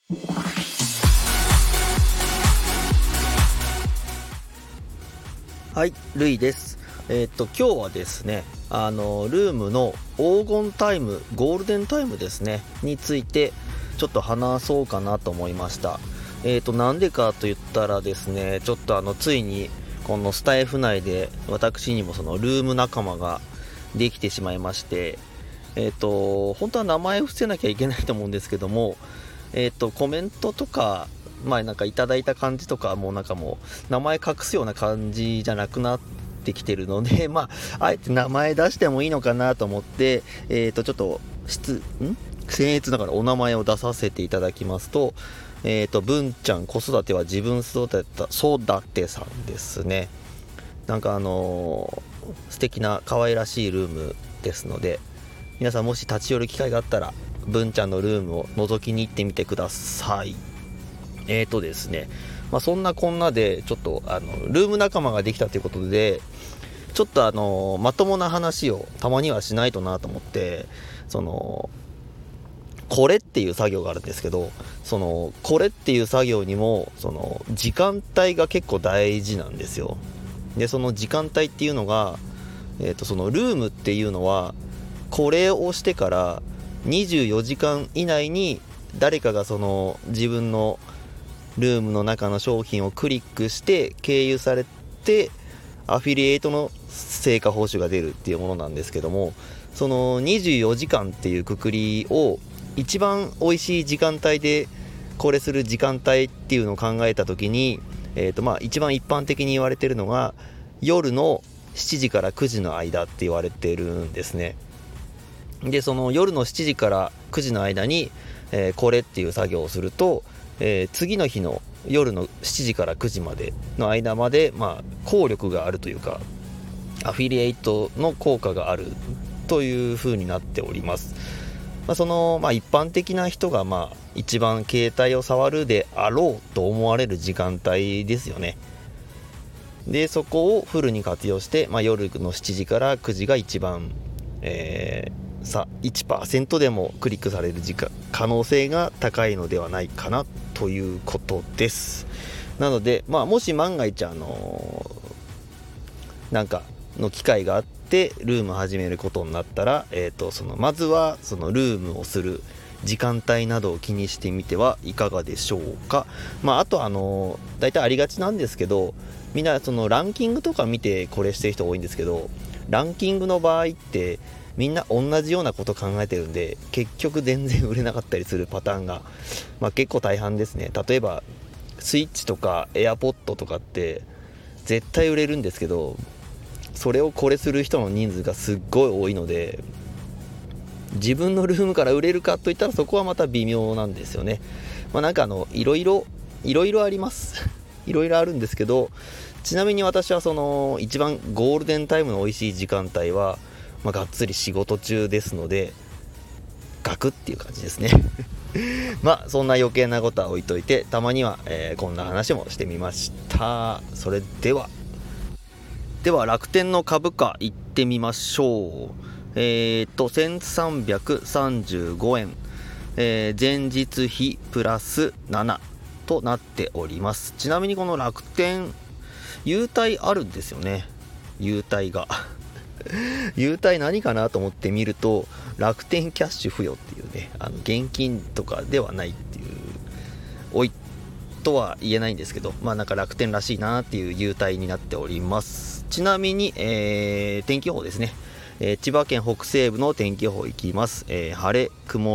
はい、ルイです。今日はですね、ルームの黄金タイム、ゴールデンタイムですね、についてちょっと話そうかなと思いました。なんでかと言ったらですね、ちょっとついにこのスタイフ内で私にもそのルーム仲間ができてしまいまして、本当は名前を伏せなきゃいけないと思うんですけども、コメントとかなんかいただいた感じとかもなんかもう名前隠すような感じじゃなくなってきてるのであえて名前出してもいいのかなと思ってちょっと僭越ながらお名前を出させていただきますと文ちゃん子育ては自分育てさんですね。なんか素敵な可愛らしいルームですので、皆さんもし立ち寄る機会があったら文ちゃんのルームを覗きに行ってみてください。ですね、そんなこんなでちょっとルーム仲間ができたということで、ちょっとまともな話をたまにはしないとなと思って、これっていう作業があるんですけど、これっていう作業にも時間帯が結構大事なんですよ。でその時間帯っていうのが、そのルームっていうのはこれを押してから24時間以内に誰かが自分のルームの中の商品をクリックして経由されてアフィリエイトの成果報酬が出るっていうものなんですけども、その24時間っていうくくりを一番美味しい時間帯でこれする時間帯っていうのを考えた時に、一番一般的に言われてるのが夜の7時から9時の間って言われてるんですね。でその夜の7時から9時の間に、これっていう作業をすると、次の日の夜の7時から9時までの間まで、効力があるというかアフィリエイトの効果があるという風になっております。一般的な人が一番携帯を触るであろうと思われる時間帯ですよね。でそこをフルに活用して、夜の7時から9時が一番、1% でもクリックされる可能性が高いのではないかなということです。なので、もし万が一なんかの機会があってルーム始めることになったら、まずはそのルームをする時間帯などを気にしてみてはいかがでしょうか。あと大体ありがちなんですけど、みんなランキングとか見てこれしてる人多いんですけど、ランキングの場合ってみんな同じようなこと考えてるんで、結局全然売れなかったりするパターンが、結構大半ですね。例えばスイッチとかエアポッドとかって絶対売れるんですけど、それをこれする人の人数がすっごい多いので、自分のルームから売れるかといったらそこはまた微妙なんですよね。いろいろありますいろいろあるんですけど、ちなみに私は一番ゴールデンタイムの美味しい時間帯は、がっつり仕事中ですのでガクっていう感じですねそんな余計なことは置いといて、たまには、こんな話もしてみました。それでは楽天の株価いってみましょう。1335円、前日比プラス7となっております。ちなみにこの楽天優待あるんですよね。優待が優待何かなと思ってみると、楽天キャッシュ付与っていうね、現金とかではないっていう、とは言えないんですけど、なんか楽天らしいなっていう優待になっております。ちなみに、天気予報ですね。千葉県北西部の天気予報いきます。晴れ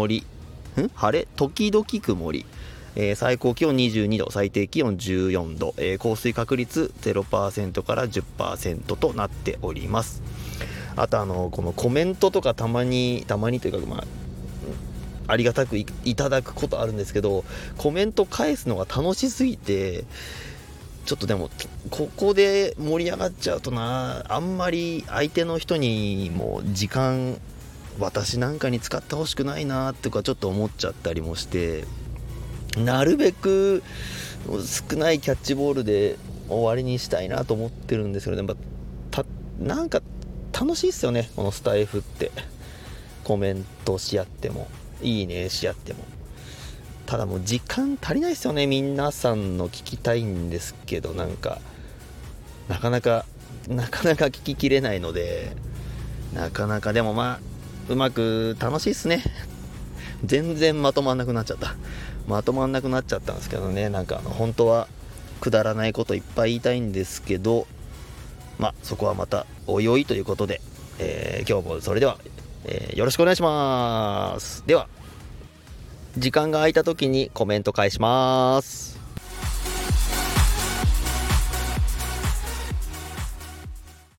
時々曇り、最高気温22度、最低気温14度、降水確率 0% から 10% となっております。あとこのコメントとかたまにというか、ありがたく いただくことあるんですけど、コメント返すのが楽しすぎて、ちょっとでもここで盛り上がっちゃうとあんまり相手の人にも時間私なんかに使ってほしくないなとかちょっと思っちゃったりもして、なるべく少ないキャッチボールで終わりにしたいなと思ってるんですよね。なんか楽しいっすよね、このスタイフって。コメントし合ってもいいねし合ってもただもう時間足りないですよね。皆さんの聞きたいんですけど、なかなか聞ききれないので、でもうまく楽しいっすね。全然まとまんなくなっちゃったんですけどね。本当はくだらないこといっぱい言いたいんですけど、そこはまたおいおいということで、今日もそれでは、よろしくお願いします。では時間が空いた時にコメント返します。